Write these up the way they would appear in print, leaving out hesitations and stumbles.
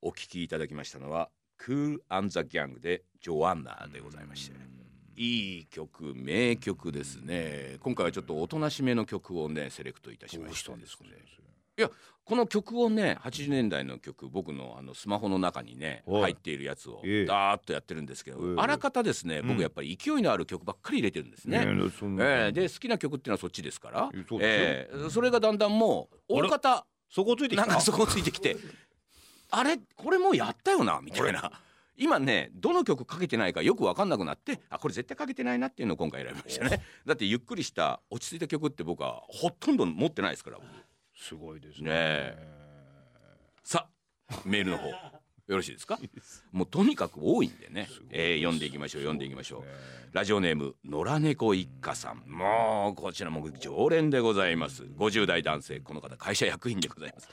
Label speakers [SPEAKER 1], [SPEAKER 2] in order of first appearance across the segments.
[SPEAKER 1] お聴きいただきましたのはクール&ザ・ギャングでジョアンナでございまして、いい曲、名曲ですね。今回はちょっとおとなしめの曲をねセレクトいたしましたんですね。いや、この曲をね80年代の曲、僕のスマホの中にね入っているやつをダーッとやってるんですけど、あらかたですね、僕やっぱり勢いのある曲ばっかり入れてるんですね。で好きな曲っていうのはそっちですから、それがだんだんもう大方
[SPEAKER 2] そこついてきた、
[SPEAKER 1] なんかそこついてきてあれこれもうやったよなみたいな。今ねどの曲かけてないかよく分かんなくなって、あこれ絶対かけてないなっていうのを今回選びましたね。だってゆっくりした落ち着いた曲って僕はほとんど持ってないですから僕。
[SPEAKER 2] すごいですね。
[SPEAKER 1] さあメールの方よろしいですか。もうとにかく多いんでね、読んでいきましょう。ラジオネーム野良猫一家さん、もうこちらも常連でございます。50代男性、この方会社役員でございます。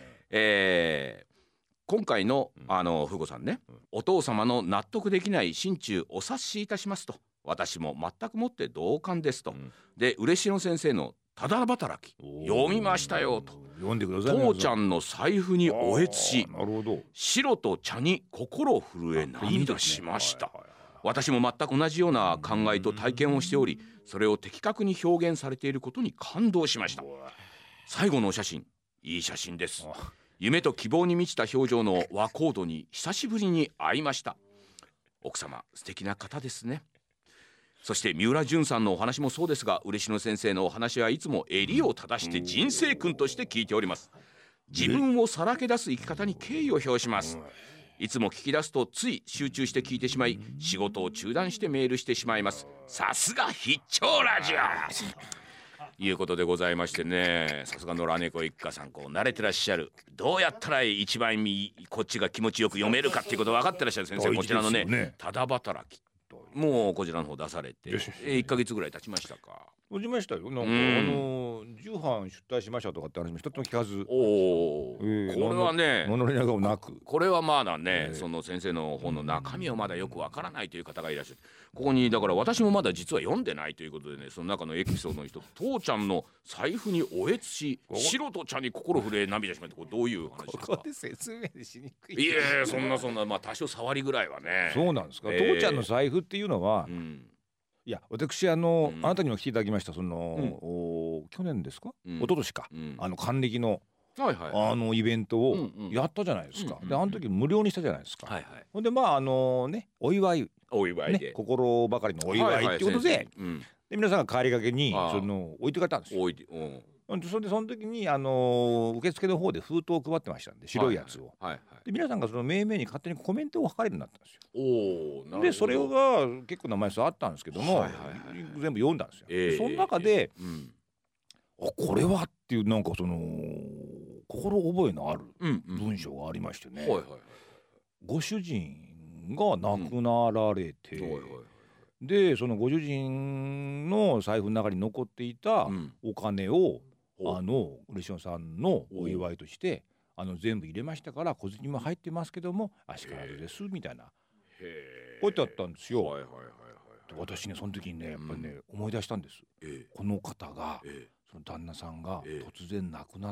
[SPEAKER 1] 今回のふごさんね、お父様の納得できない心中お察しいたしますと、私も全くもって同感ですと、で嬉野先生のただ働き読みましたよと。
[SPEAKER 2] 読んでください。
[SPEAKER 1] 父ちゃんの財布におえつし、
[SPEAKER 2] なるほど、
[SPEAKER 1] 白と茶に心震え涙しました。私も全く同じような考えと体験をしており、それを的確に表現されていることに感動しました。最後のお写真、いい写真です。夢と希望に満ちた表情の和コードに久しぶりに会いました。奥様素敵な方ですね。そして三浦淳さんのお話もそうですが、嬉野先生のお話はいつも襟を正して人生訓として聞いております。自分をさらけ出す生き方に敬意を表します。いつも聞き出すとつい集中して聞いてしまい、仕事を中断してメールしてしまいます。さすが必聴ラジオいうことでございましてね、さすが野良猫一家さん、こう慣れてらっしゃる。どうやったら一番こっちが気持ちよく読めるかっていうこと分かってらっしゃる先生、こちらのねただ働き、もうこちらの方出されて1ヶ月ぐらい経ちましたか。
[SPEAKER 2] 落ちましたよ。なんか重版出題しましたとかって話も一つも聞かず。
[SPEAKER 1] これはね
[SPEAKER 2] 物の長をなく、
[SPEAKER 1] これはまだね、その先生の本の中身をまだよくわからないという方がいらっしゃる。ここにだから私もまだ実は読んでないということでね、その中のエピソードの一つ、父ちゃんの財布におえつし白と茶に心震え涙しまって、これどういう話ですか。
[SPEAKER 2] ここで説明しにくい。
[SPEAKER 1] いやそんなまあ多少触りぐらいはね。
[SPEAKER 2] そうなんですか。父ちゃんの財布っていうのは、いや私あなたにも来ていただきました、その、去年ですか、一昨年か、還暦のイベントをやったじゃないですか。で時無料にしたじゃないですか。ほんでお祝いで、心ばかりのお祝いってことで、皆さんが帰りがけに置いてかれたんですよ。その時に受付の方で封筒を配ってましたんで、白いやつを。で皆さんがその命名に勝手にコメントを書かれるようになったんですよ。でそれが結構な枚数あったんですけども、全部読んだんですよ。その中でこれはっていう、なんかその心覚えのある文章がありましてね、ご主人が亡くなられて、でそのご主人の財布の中に残っていたお金を嬉野さんのお祝いとして全部入れましたから、小銭も入ってますけどもあしからずですみたいなこうやってあったんですよ。私ねその時にねやっぱりね思い出したんです。この方がその旦那さんが突然亡くなって、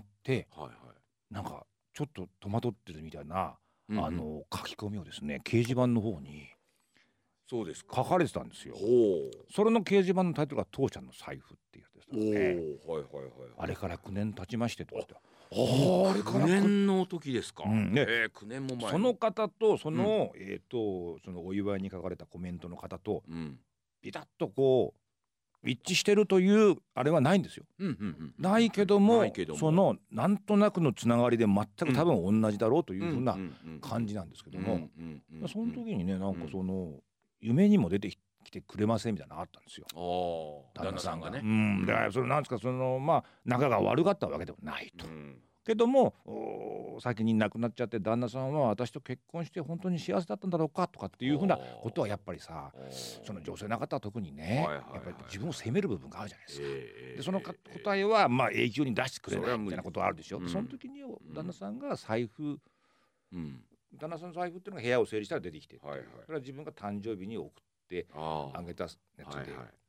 [SPEAKER 2] なんかちょっと戸惑ってるみたいな書き込みをですね掲示板の方に書かれてたんですよ。それの掲示板のタイトルが父ちゃんの財布っていうやつですね。あれから9年経ちましてとかって。
[SPEAKER 1] あれ9年の時ですか。9年も前。
[SPEAKER 2] その方とそのお祝いに書かれたコメントの方とピタッとこう一致してるというあれはないんですよ。ないけどもそのなんとなくのつながりで全く多分同じだろうというふうな感じなんですけども、その時にねなんかその夢にも出てきてくれませんみたいなのあったんですよ、
[SPEAKER 1] 旦那さんがね。
[SPEAKER 2] だからそれなんですか、その仲が悪かったわけでもないと。けども先に亡くなっちゃって、旦那さんは私と結婚して本当に幸せだったんだろうかとかっていうふうなことはやっぱりさ、その女性の方は特にねやっぱり自分を責める部分があるじゃないですか。でその答えは永久に出してくれないみたいなことはあるでしょ。その時に旦那さんが財布、旦那さんの財布っていうのが部屋を整理したら出てきて、それは自分が誕生日に送ってあげたやつで、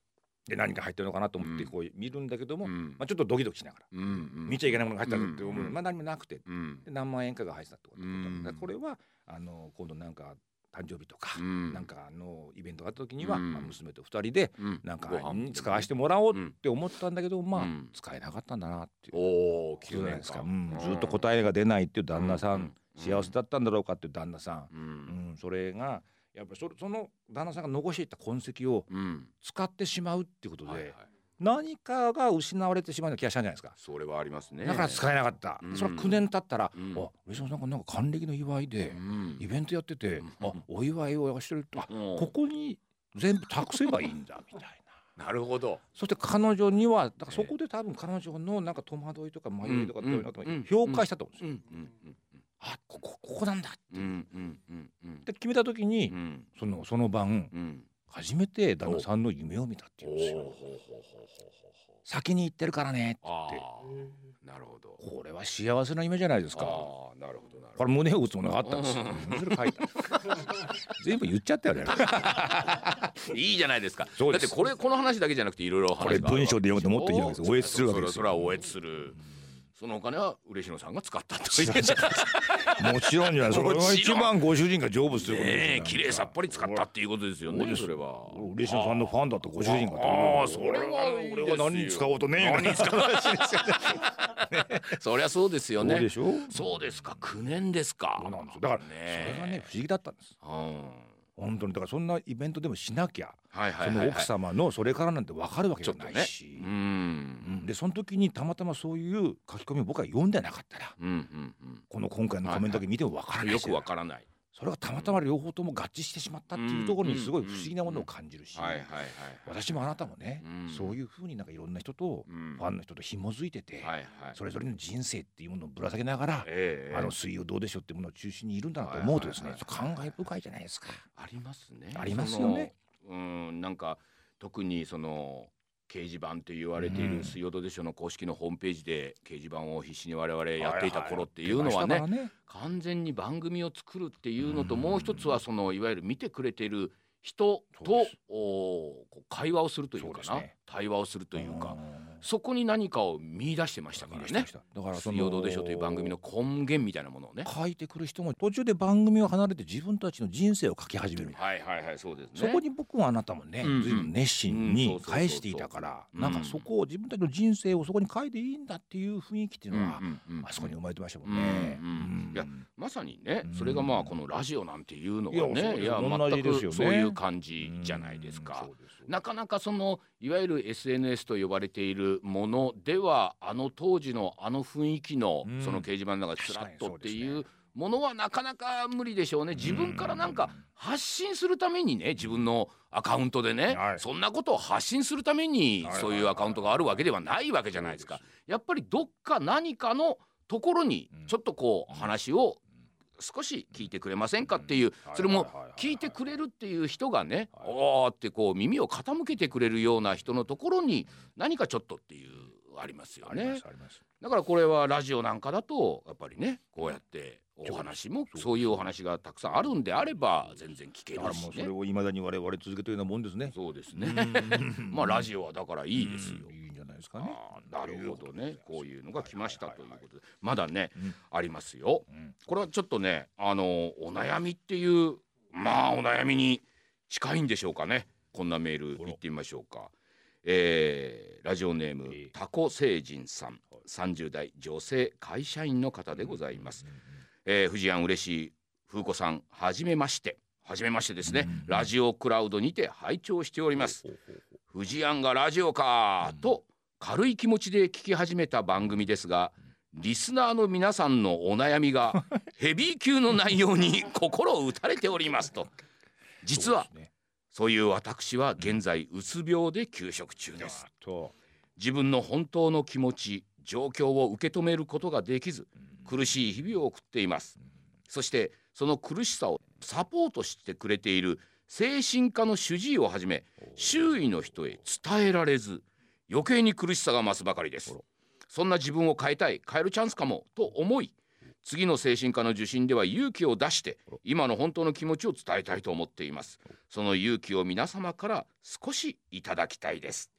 [SPEAKER 2] で何か入ってるのかなと思ってこう見るんだけども、まあ、ちょっとドキドキしながら、見ちゃいけないものが入ったって思う、まあ、何もなくて、で何万円かが入ってたってことだ、これは今度なんか誕生日とか、なんかイベントがあった時には、まあ、娘と2人でなんか使わせてもらおうって思ったんだけど、まあ使えなかったんだなっていうことじゃないですか。ずっと答えが出ないっていう旦那さん、幸せだったんだろうかっていう旦那さん、それがやっぱりその旦那さんが残していった痕跡を使ってしまうっていうことで、何かが失われてしまうような気がしたんじゃないですか。
[SPEAKER 1] それはありますね。
[SPEAKER 2] だから使えなかった。それは9年経ったら、上島さんがなんか還暦の祝いでイベントやってて、お祝いをしてると、ここに全部託せばいいんだみたい
[SPEAKER 1] な。なるほど。
[SPEAKER 2] そして彼女にはだからそこで多分彼女のなんか戸惑いとか迷いとかっていうのを評価したと思うんですよ。あ、ここなんだって決めた時に、その晩初めて旦那さんの夢を見たっていうんですよ。先に行ってるからねって言って。
[SPEAKER 1] なるほど。
[SPEAKER 2] これは幸せな夢じゃないですか。
[SPEAKER 1] なるほど。
[SPEAKER 2] これ胸を打つものがあったんですよ。それ書いた。全部言っちゃったよね。
[SPEAKER 1] いいじゃないですか。だってこの話だけじゃなくていろいろ話が
[SPEAKER 2] これ文章で読むともっといいわけです。おえつするわけですよ。
[SPEAKER 1] それはおえつする。そのお金は嬉野さんが使ったって
[SPEAKER 2] もちろんじゃない。それが一番ご主人が成仏することですよ。
[SPEAKER 1] 綺麗さっぱり使ったっていうことですよね。それは
[SPEAKER 2] 嬉野さんのファンだったご主人が。
[SPEAKER 1] それは
[SPEAKER 2] 俺は何に使おうとねえよ。
[SPEAKER 1] そりゃそうですよね。
[SPEAKER 2] そうでしょ。
[SPEAKER 1] そうですか。9年ですか。
[SPEAKER 2] だからそれがね不思議だったんです。本当にだからそんなイベントでもしなきゃ、その奥様のそれからなんて分かるわけじゃないし、でその時にたまたまそういう書き込みを僕は読んでなかったら、今回のコメントだけ見ても分からない
[SPEAKER 1] よく分からない。
[SPEAKER 2] それがたまたま両方とも合致してしまったっていうところにすごい不思議なものを感じるし、私もあなたもね、そういうふうになんかいろんな人とファンの人と紐づいてて、それぞれの人生っていうものをぶら下げながら、水曜どうでしょうっていうものを中心にいるんだなと思うとですね、感慨深いじゃないですか。
[SPEAKER 1] ありますね。
[SPEAKER 2] ありますよね。
[SPEAKER 1] なんか特にその掲示板と言われている水曜どうでしょうの公式のホームページで掲示板を必死に我々やっていた頃っていうのはね、完全に番組を作るっていうのと、もう一つはそのいわゆる見てくれている人と会話をするというかな、対話をするというか、そこに何かを見出してましたからね。だから水曜どうでしょうという番組の根源みたいなものをね、
[SPEAKER 2] 書いてくる人も途中で番組を離れて自分たちの人生を書き始める。
[SPEAKER 1] そうですね。
[SPEAKER 2] そこに僕はあなたもね、随分熱心に返していたから、なんかそこを自分たちの人生をそこに書いていいんだっていう雰囲気っていうのはあそこに生まれてましたもんね。
[SPEAKER 1] いやまさにね、それがまあこのラジオなんていうのがね、いや全くそういう感じじゃないですか。なかなかそのいわゆる SNS と呼ばれているものでは、当時の雰囲気のその掲示板の中でスラッとっていうものはなかなか無理でしょうね。自分からなんか発信するためにね、自分のアカウントでね、そんなことを発信するためにそういうアカウントがあるわけではないわけじゃないですか。やっぱりどっか何かのところにちょっとこう話を少し聞いてくれませんかっていう、それも聞いてくれるっていう人がね、おーってこう耳を傾けてくれるような人のところに何かちょっとっていうありますよね。だからこれはラジオなんかだとやっぱりね、こうやってお話もそういうお話がたくさんあるんであれば全然聞けるしね。
[SPEAKER 2] それを未だに我々続けてるようなもんですね。
[SPEAKER 1] そうですね。まあラジオはだからいいですよ。
[SPEAKER 2] いいんじゃないですかね。
[SPEAKER 1] なるほどね。こういうのが来ましたということで、まだねありますよ。これはちょっとね、お悩みっていうまあお悩みに近いんでしょうかね。こんなメール言ってみましょうか。ラジオネームタコ星人さん、30代女性会社員の方でございます。藤庵嬉しい風子さん、はじめましてですね。ラジオクラウドにて拝聴しております。藤庵がラジオかと軽い気持ちで聞き始めた番組ですが、リスナーの皆さんのお悩みがヘビー級の内容に心を打たれておりますと。実はそういう私は現在うつ病で休職中です。自分の本当の気持ち状況を受け止めることができず、苦しい日々を送っています。そしてその苦しさをサポートしてくれている精神科の主治医をはじめ周囲の人へ伝えられず、余計に苦しさが増すばかりです。そんな自分を変えたい、変えるチャンスかもと思い、次の精神科の受診では勇気を出して今の本当の気持ちを伝えたいと思っています。その勇気を皆様から少しいただきたいです。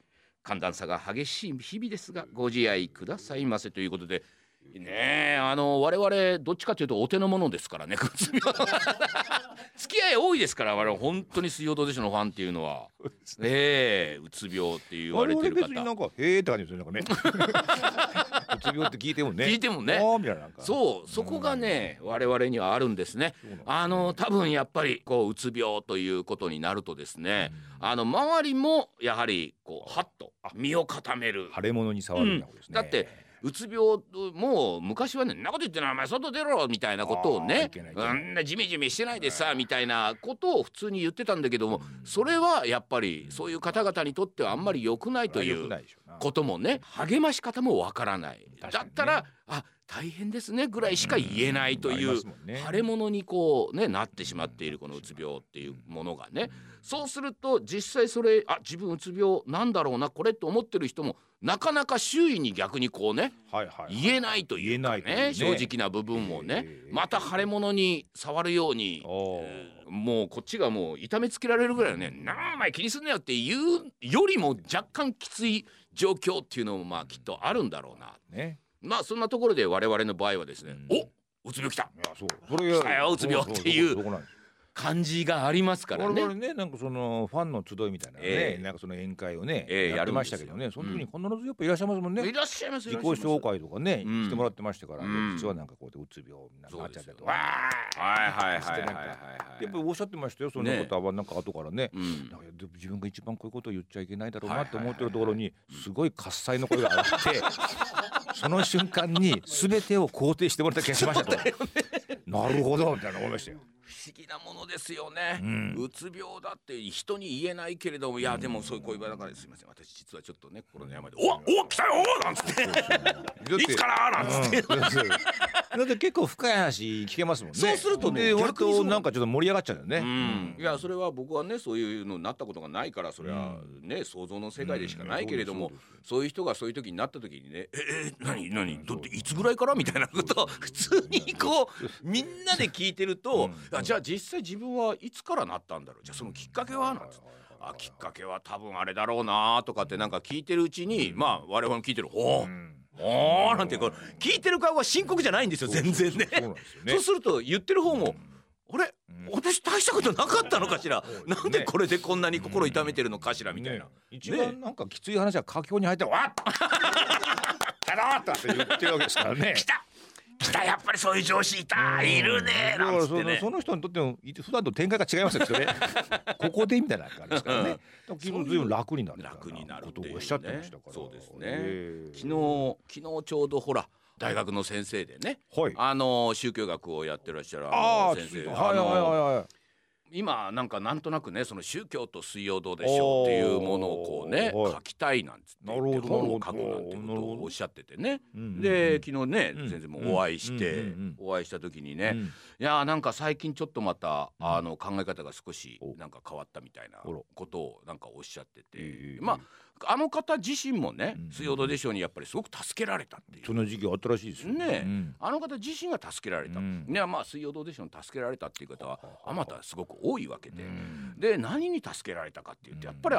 [SPEAKER 1] 寒暖差が激しい日々ですがご自愛くださいませということでね。我々どっちかというとお手の物ですからね付き合い多いですから我々本当に水曜どうでしょうのファンっていうのはうつ病って言われてる方、
[SPEAKER 2] 別になんかへえって感じですよね。うつ病って聞いてもね
[SPEAKER 1] そこがね我々にはあるんですね。多分やっぱりこううつ病ということになるとですね、周りもやはりこうはっと身を固める
[SPEAKER 2] 腫れ物に触るようなことですね。
[SPEAKER 1] だってうつ病もう昔はねんなこと言ってないお前外出ろみたいなことをねジメジメしてないでさみたいなことを普通に言ってたんだけども、それはやっぱりそういう方々にとってはあんまり良くないということもね、励まし方もわからない、だったら大変ですねぐらいしか言えないという腫れ物にこうねなってしまっているこのうつ病っていうものがね、そうすると実際それ自分うつ病なんだろうなこれって思ってる人もなかなか周囲に逆にこうね言えないというかね、正直な部分をねまた腫れ物に触るようにもうこっちがもう痛めつけられるぐらいのね、なあお前気にすんなよっていうよりも若干きつい状況っていうのもまあきっとあるんだろうな、まあそんなところで我々の場合はですね、うつ病来た来たようつ病っていう感じがありますからね。
[SPEAKER 2] 我々ねなんかそのファンの集いみたいなね、なんかその宴会をねやってましたけどね、その時に必ずやっぱいらっしゃいますもんね。
[SPEAKER 1] いらっしゃいます。
[SPEAKER 2] 自己紹介とかねしてもらってましたから、実はなんかこうやってうつ病になっちゃったとか、やっぱりおっしゃってましたよ。そんなことはなんか後からね、自分が一番こういうことを言っちゃいけないだろうなって思ってるところにすごい喝采の声が上がってその瞬間に全てを肯定してもらった気がしましたと。なるほどみたいな思いましたよ。
[SPEAKER 1] 不思議なものですよね、うつ病だって人に言えないけれども、いやでもそういう声だからすいません私実はちょっとね心の病でお来たよなんつっていつからなんつって
[SPEAKER 2] だって結構深い話聞けますもんね。
[SPEAKER 1] そうするとね
[SPEAKER 2] 割となんかちょっと盛り上がっちゃうよね。
[SPEAKER 1] いやそれは僕はねそういうのになったことがないからそれはね想像の世界でしかないけれども、そういう人がそういう時になった時にね何だっていつぐらいからみたいなことを普通にこうみんなで聞いてるとじゃあ実際自分はいつからなったんだろう、じゃあそのきっかけはなんつってきっかけは多分あれだろうなとかってなんか聞いてるうちにまあ我々も聞いてるなんてこう聞いてる顔は深刻じゃないんですよ全然ね。そうすると言ってる方もあれ私大したことなかったのかしら、なんでこれでこんなに心痛めてるのかしらみたいな、
[SPEAKER 2] 一番なんかきつい話は佳境に入ってわっただったって言ってるわけですからね。
[SPEAKER 1] 来たやっぱりそういう上司いるねなんつってね。
[SPEAKER 2] その人にとっても普段と展開が違いますよねここでみたいな感じですからね。ずいぶん楽になることをおっしゃってましたから。
[SPEAKER 1] そうですね。昨日ちょうどほら大学の先生でね、宗教学をやってらっしゃる先生今なんとなくねその宗教と水曜どうでしょうっていうものをこうね書きたいなんつって本を書くなんてことをおっしゃっててね、で昨日ね先生もお会いした時にね、いやなんか最近ちょっとまた考え方が少しなんか変わったみたいなことをなんかおっしゃってて、まああの方自身もね水曜どうでしょうにやっぱりすごく助けられたっていう
[SPEAKER 2] その時期あったらしいですよ
[SPEAKER 1] ね。あの方自身が助けられた、まあ水曜どうでしょうに助けられたっていう方はあまたすごく多いわけで、で何に助けられたかっていうとやっぱり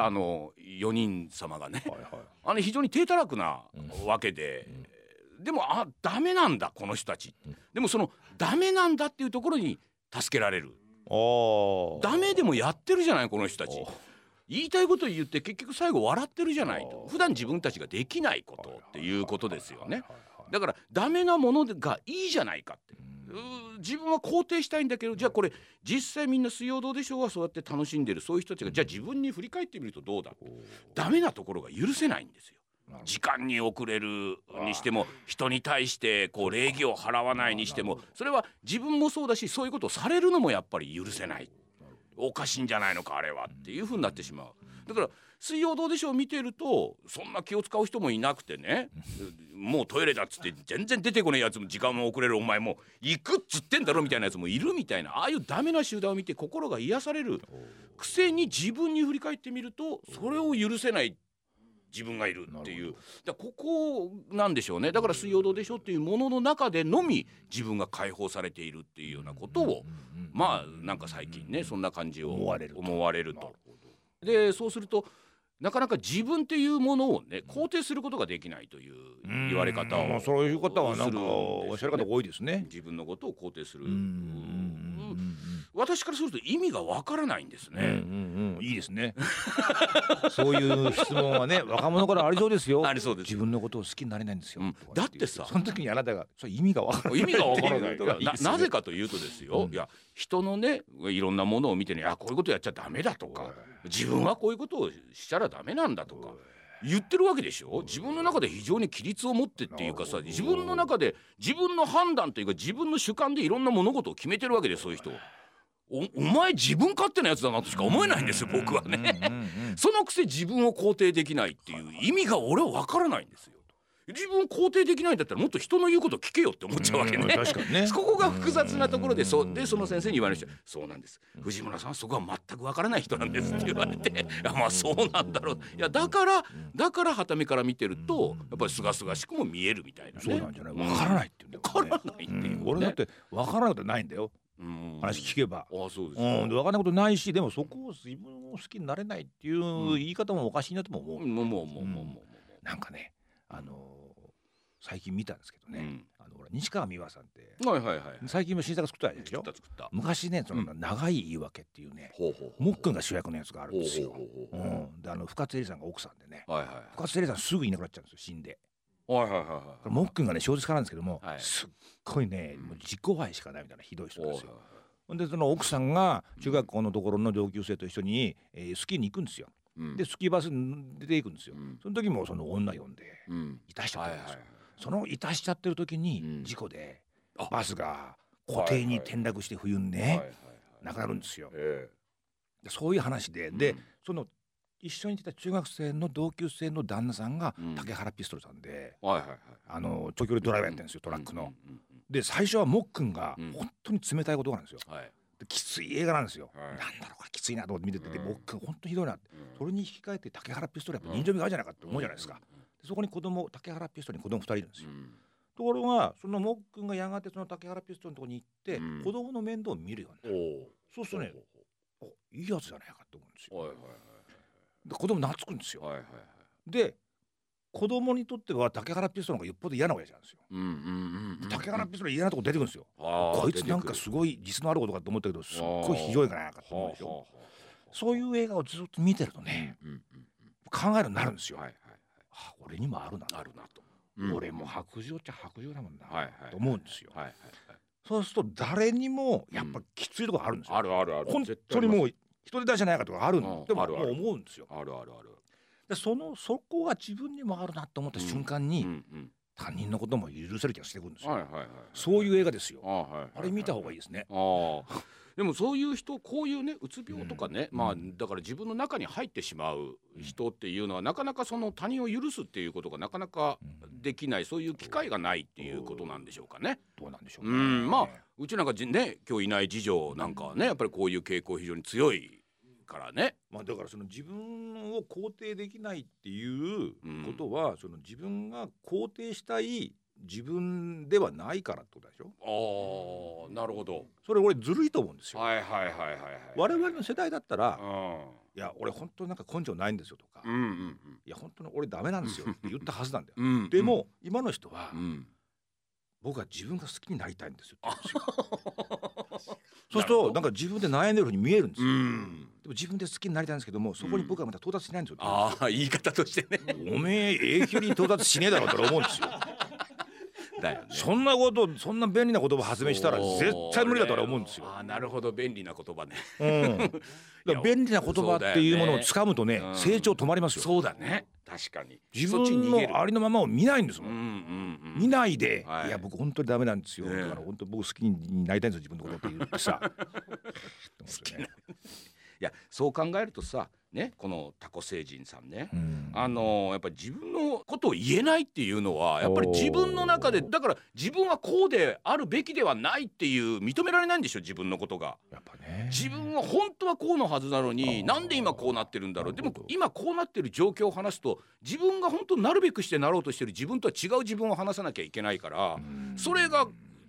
[SPEAKER 1] 4人様がね非常に低たらくなわけで、でもダメなんだこの人たち、でもそのダメなんだっていうところに助けられる。ダメでもやってるじゃないこの人たち、言いたいことを言って結局最後笑ってるじゃないと、普段自分たちができないことっていうことですよね。だからダメなものがいいじゃないかって、自分は肯定したいんだけど、じゃあこれ実際みんな水曜どうでしょうはそうやって楽しんでるそういう人たちがじゃあ自分に振り返ってみるとどうだ、ダメなところが許せないんですよ。時間に遅れるにしても人に対してこう礼儀を払わないにしても、それは自分もそうだしそういうことをされるのもやっぱり許せない、おかしいんじゃないのかあれはっていう風になってしまう。だから水曜どうでしょう見てるとそんな気を使う人もいなくてねもうトイレだっつって全然出てこねえやつも時間も遅れるお前も行くっつってんだろみたいなやつもいるみたいな、ああいうダメな集団を見て心が癒されるくせに自分に振り返ってみるとそれを許せない自分がいるっていう、だここなんでしょうね。だから水曜どうでしょうっていうものの中でのみ自分が解放されているっていうようなことをまあなんか最近ねそんな感じを思われると。でそうするとなかなか自分っていうものをね肯定することができないという言われ方を
[SPEAKER 2] そういう方はなんかおっしゃる方多いですね。
[SPEAKER 1] 自分のことを肯定する。私からすると意味がわからないんですね。
[SPEAKER 2] いいですね。そういう質問はね若者からありそうですよ。
[SPEAKER 1] ありそうです。
[SPEAKER 2] 自分のことを好きになれないんですよ。
[SPEAKER 1] だってさ、
[SPEAKER 2] その時にあなたがそれ意味がわからない。
[SPEAKER 1] 意味がわからない。なぜかというとですよ。いや人のねいろんなものを見てね、こういうことやっちゃダメだとか、自分はこういうことをしたらダメなんだとか。言ってるわけでしょ。自分の中で非常に規律を持ってっていうかさ、自分の中で自分の判断というか自分の主観でいろんな物事を決めてるわけです。そういう人お前自分勝手なやつだなとしか思えないんですよ僕はね。そのくせ自分を肯定できないっていう意味が俺は分からないんですよ。自分を肯定できないんだったらもっと人の言うことを聞けよって思っちゃうわけね。
[SPEAKER 2] 確かにね。
[SPEAKER 1] ここが複雑なところで、その先生に言われました。そうなんです、藤村さんはそこは全く分からない人なんですって言われて、いやまあそうなんだろう。いやだから傍目から見てるとやっぱり清々しくも見えるみたいなね。
[SPEAKER 2] そうなんじゃない。分からないって言うんだよね。
[SPEAKER 1] 分からないっていうね。
[SPEAKER 2] 俺だって分からないことないんだよ。話聞けば。
[SPEAKER 1] そうですか。
[SPEAKER 2] 分かんないことないし、でもそこを自分を好きになれないっていう言い方もおかしいなとも思う。なんかね最近見たんですけどね、西川美和さんって最近も新作作ったでしょ。昔ねその長い言い訳っていうねもっくんが主役のやつがあるんですよ。で深津絵里さんが奥さんでね、深津絵里さんすぐいなくなっちゃうんですよ、死んで。もっくんがね小説家なんですけども、すっごいねもう自己愛しかないみたいなひどい人ですよ。でその奥さんが中学校のところの同級生と一緒にスキーに行くんですよ。でスキーバスに出ていくんですよ。その時もその女呼んでいたしちゃってるんですよ。そのいたしちゃってる時に事故でバスが湖底に転落して冬にね亡くなるんですよ。そういう話で、その一緒にいた中学生の同級生の旦那さんが竹原ピストルさんで長距離ドライバーやってるんですよ、トラックの。で最初はもっくんが本当に冷たい男なんですよ。きつい映画なんですよ。なんだろうこれきついなと思って見てて、もっくん本当ひどいなって。それに引き換えて竹原ピストルやっぱ人情味があるじゃないかって思うじゃないですか。そこに竹原ピストルに子供2人いるんですよ。ところがそのもっくんがやがてその竹原ピストルのところに行って子供の面倒を見るようになる。そうするとねいいやつじゃないかって思うんですよ。で子供懐くんですよ。で子供にとっては竹原ピストルの方がよっぽど嫌な親父なんですよ。竹原ピストル嫌なとこ出てくるんですよ。こいつなんかすごい実のあることかと思ったけどすっごいひどいからなかって思うでしょ。そういう映画をずっと見てるとね考えるようになるんですよ。俺にもあるなと。俺も白状っちゃ白状だもんなと思うんですよ。そうすると誰にもやっぱきついところあるんですよ。本当にもう人手出しじゃないかとかあるんでももう思うんですよ。でそこが自分にもあるなと思った瞬間に他人のことも許せる気がしてくるんですよ。そういう映画ですよ。あれ見た方がいいですね。
[SPEAKER 1] でもそういう人こういうねうつ病とかね、だから自分の中に入ってしまう人っていうのはなかなかその他人を許すっていうことがなかなかできない、そういう機会がないっていうことなんでしょうかね。
[SPEAKER 2] どうなんでしょうね。
[SPEAKER 1] うちなんかね今日いない次女なんかはねやっぱりこういう傾向非常に強いからね。
[SPEAKER 2] だからその自分を肯定できないっていうことは、その自分が肯定したい自分ではないからってことでしょ。
[SPEAKER 1] なるほど。
[SPEAKER 2] それ俺ずるいと思うんですよ。我々の世代だったらいや俺本当なんか根性ないんですよとか、いや本当に俺ダメなんですよって言ったはずなんだよ。でも今の人は僕は自分が好きになりたいんですよって言うんですよ。そうするとなんか自分で悩んでるふうに見えるんですよ。でも自分で好きになりたいんですけども、そこに僕はまた到達しないんですよ。
[SPEAKER 1] 言い方としてね。
[SPEAKER 2] おめえ永久に到達しねえだろうと思うんですよ。だよね、そんな便利な言葉発明したら絶対無理だと思うんですよ。
[SPEAKER 1] なるほど、便利な言葉ね。
[SPEAKER 2] だから便利な言葉っていうものを掴むとね、成長止まりますよ。
[SPEAKER 1] そうだね、確かに。
[SPEAKER 2] 自分のありのままを見ないんですもん。見ないで、いや僕本当にダメなんですよ。だから本当僕好きになりたいんですよ自分のことって言ってさ。
[SPEAKER 1] いやそう考えるとさね、このタコ星人さんね、やっぱり自分のことを言えないっていうのはやっぱり自分の中で、だから自分はこうであるべきではないっていう認められないんでしょ自分のことが。やっぱね、自分は本当はこうのはずなのになんで今こうなってるんだろう。でも今こうなってる状況を話すと自分が本当なるべくしてなろうとしてる自分とは違う自分を話さなきゃいけないから、それが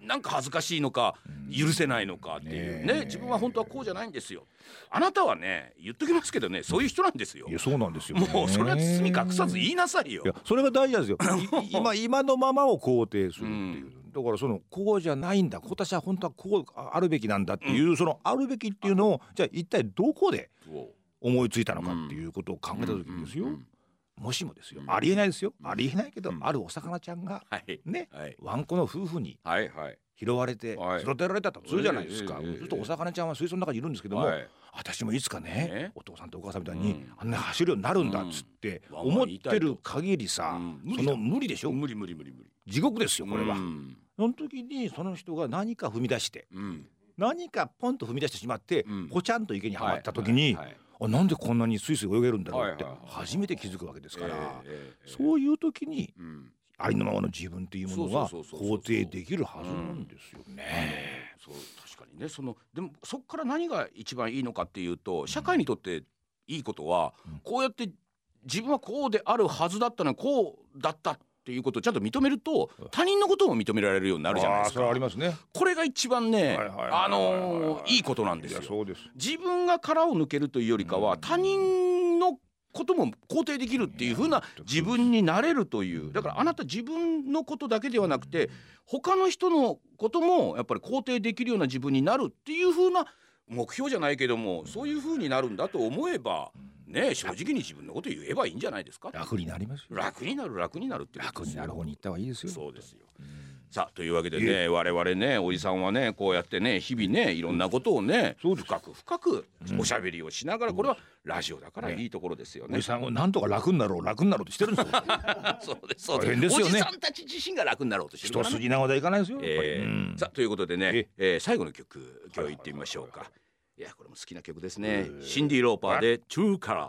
[SPEAKER 1] なんか恥ずかしいのか許せないのかっていうね、自分は本当はこうじゃないんですよ。あなたはね、言っときますけどね、そういう人なんですよ。
[SPEAKER 2] いやそうなんですよ、ね、
[SPEAKER 1] もうそれは包み隠さず言いなさいよ。
[SPEAKER 2] いやそれが大事なんですよ今のままを肯定するっていう、だからそのこうじゃないんだ、今年は本当はこうあるべきなんだっていう、そのあるべきっていうのをじゃあ一体どこで思いついたのかっていうことを考えた時にですよ、もしもですよ、ありえないですよ、ありえないけど、あるお魚ちゃんがね、ワンコの夫婦に拾われて育てられたとするじゃないですか。そうするとお魚ちゃんは水槽の中にいるんですけども、私もいつかね、お父さんとお母さんみたいにあんな走るようになるんだっつって思ってる限りさ、その無理でしょ。無理地獄ですよこれは。その時にその人が何か踏み出して、何かポンと踏み出してしまって、ポチャンと池にはまった時に、なんでこんなにスイスイ泳げるんだろうって初めて気づくわけですから、そういう時にありのままの自分っていうものが肯定できるはずなんですよね。
[SPEAKER 1] そう確かにね。でもそこから何が一番いいのかっていうと、社会にとっていいことは、こうやって自分はこうであるはずだったのはこうだったっていうことをちゃんと認めると、他人のことも認められるようになるじゃないですか。
[SPEAKER 2] それありますね。
[SPEAKER 1] これが一番ね、いいことなんですよ。
[SPEAKER 2] そうです。
[SPEAKER 1] 自分が殻を抜けるというよりかは、他人のことも肯定できるっていう風な自分になれるという。だからあなた自分のことだけではなくて、他の人のこともやっぱり肯定できるような自分になるっていう風な目標じゃないけども、そういう風になるんだと思えばね、正直に自分のこと言えばいいんじゃないですか。
[SPEAKER 2] 楽になりますよ。
[SPEAKER 1] 楽になるってことですよ。
[SPEAKER 2] 楽になる方に行った方がいいですよ。
[SPEAKER 1] そうですよ。さあというわけでね、我々ね、おじさんはね、こうやってね、日々ね、いろんなことをね、深くおしゃべりをしながら、これはラジオだからいいところですよね。
[SPEAKER 2] おじさんはなんとか楽になろうってしてるんですよ。
[SPEAKER 1] そうですそうです。おじさんたち自身が楽になろうとしてるからね。
[SPEAKER 2] 一筋縄ではいかないですよ。
[SPEAKER 1] さあということでね、最後の曲今日行ってみましょうか。いやこれも好きな曲ですね。シンディ・ローパーで True Colors。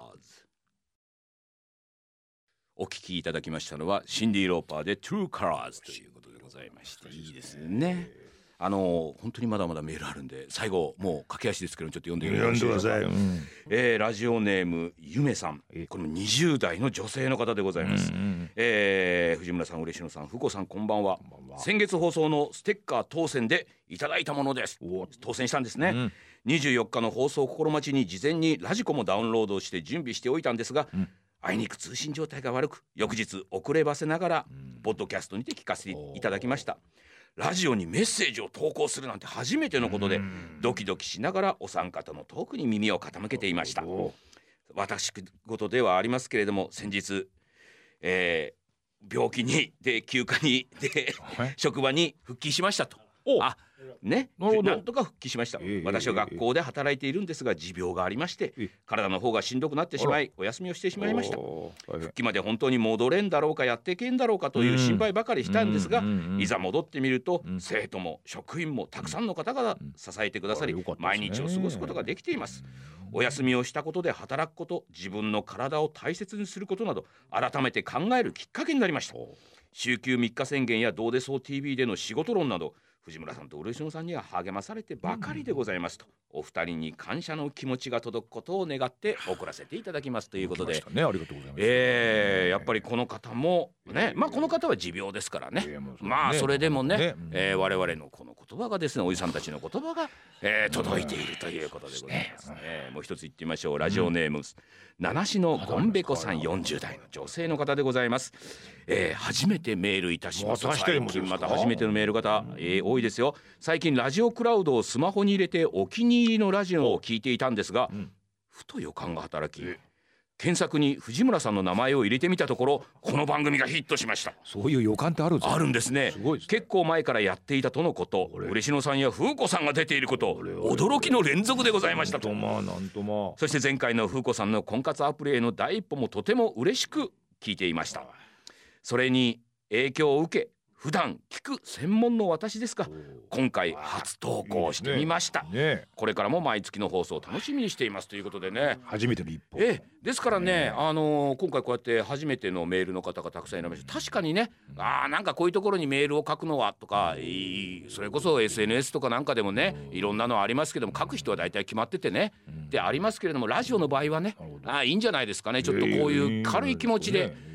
[SPEAKER 1] お聴きいただきましたのはシンディ・ローパーで True Colors ということでございまして、いいですね。本当にまだまだメールあるんで、最後もう駆け足ですけどちょっと読んで
[SPEAKER 2] ください。
[SPEAKER 1] ラジオネームゆめさん、これも20代の女性の方でございます。藤村さん、嬉野さん、ふこさん、こんばんは。先月放送のステッカー当選でいただいたものです。当選したんですね。24日の放送心待ちに事前にラジコもダウンロードして準備しておいたんですが、あいにく通信状態が悪く、翌日遅ればせながらポッドキャストにて聞かせていただきました。ラジオにメッセージを投稿するなんて初めてのことで、ドキドキしながらお三方のトークに耳を傾けていました。私事ではありますけれども、先日、病気にで休暇にで職場に復帰しましたと。なんとか復帰しました。私は学校で働いているんですが、持病がありまして体の方がしんどくなってしまいお休みをしてしまいました。復帰まで本当に戻れんだろうか、やっていけんだろうかという心配ばかりしたんですが、いざ戻ってみると生徒も職員もたくさんの方が支えてくださり、毎日を過ごすことができています。お休みをしたことで働くこと、自分の体を大切にすることなど改めて考えるきっかけになりました。週休3日宣言やどうでそう TV での仕事論など、藤村さんと嬉野さんには励まされてばかりでございますと、お二人に感謝の気持ちが届くことを願って送らせていただきますということで、
[SPEAKER 2] ありがとうございます。
[SPEAKER 1] やっぱりこの方もね、この方は持病ですからね、それでもね、我々のこの言葉がですね、おじさんたちの言葉が、届いているということでございますね。もう一つ言ってみましょう。ラジオネーム、七市のゴンベコさん、40代の女性の方でございます。初めてメールいたします。最近また初めてのメール方、多いですよ。最近ラジオクラウドをスマホに入れてお気に入りのラジオを聞いていたんですが、ふと予感が働き、検索に藤村さんの名前を入れてみたところ、この番組がヒットしました。
[SPEAKER 2] そういう予感ってあるんですか？
[SPEAKER 1] あるんですね。結構前からやっていたとのこと、嬉野さんや風子さんが出ていること、驚きの連続でございましたと。そして前回の風子さんの婚活アプリへの第一歩もとても嬉しく聞いていました。それに影響を受け、普段聞く専門の私ですが、今回初投稿してみました。これからも毎月の放送を楽しみにしていますということでね。
[SPEAKER 2] 初めての一歩。
[SPEAKER 1] ですからね、今回こうやって初めてのメールの方がたくさんいらっしゃいました。確かにね、なんかこういうところにメールを書くのはとか、それこそ SNS とかなんかでもね、いろんなのありますけども、書く人は大体決まっててね、でありますけれども、ラジオの場合はね、いいんじゃないですかね。ちょっとこういう軽い気持ちで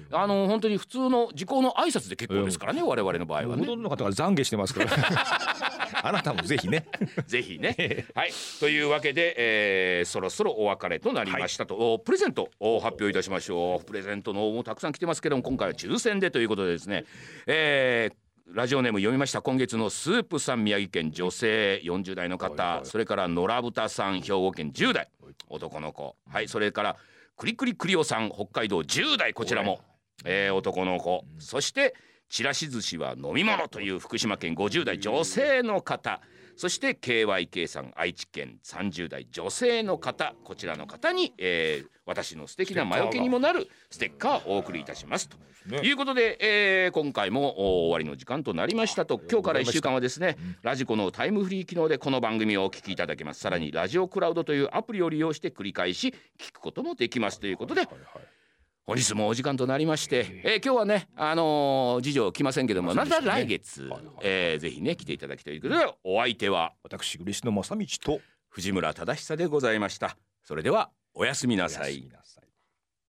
[SPEAKER 1] 本当に普通の時効の挨拶で結構ですからね、我々の場合はね。
[SPEAKER 2] ほとんどの方が懺悔してますからあなたもぜひね
[SPEAKER 1] ぜひねはいというわけで、そろそろお別れとなりましたと、プレゼントを発表いたしましょう。プレゼントのもたくさん来てますけども、今回は抽選でということでですね、ラジオネーム読みました。今月のスープさん、宮城県女性40代の方、それから野良豚さん兵庫県10代男の子、はい、それからクリクリクリオさん北海道10代こちらも、男の子、そしてちらし寿司は飲み物という福島県50代女性の方、そして KYK さん愛知県30代女性の方、こちらの方に、私の素敵な魔除けにもなるステッカーをお送りいたしますということで、今回も終わりの時間となりましたと。今日から1週間はですね、ラジコのタイムフリー機能でこの番組をお聞きいただけます。さらにラジオクラウドというアプリを利用して繰り返し聞くこともできますということで、本日もお時間となりまして、今日はね次女来ませんけども、また来月、ぜひね来ていただきたいということで、お相手は
[SPEAKER 2] 私嬉野正道と
[SPEAKER 1] 藤村忠久でございました。それではおやすみなさい。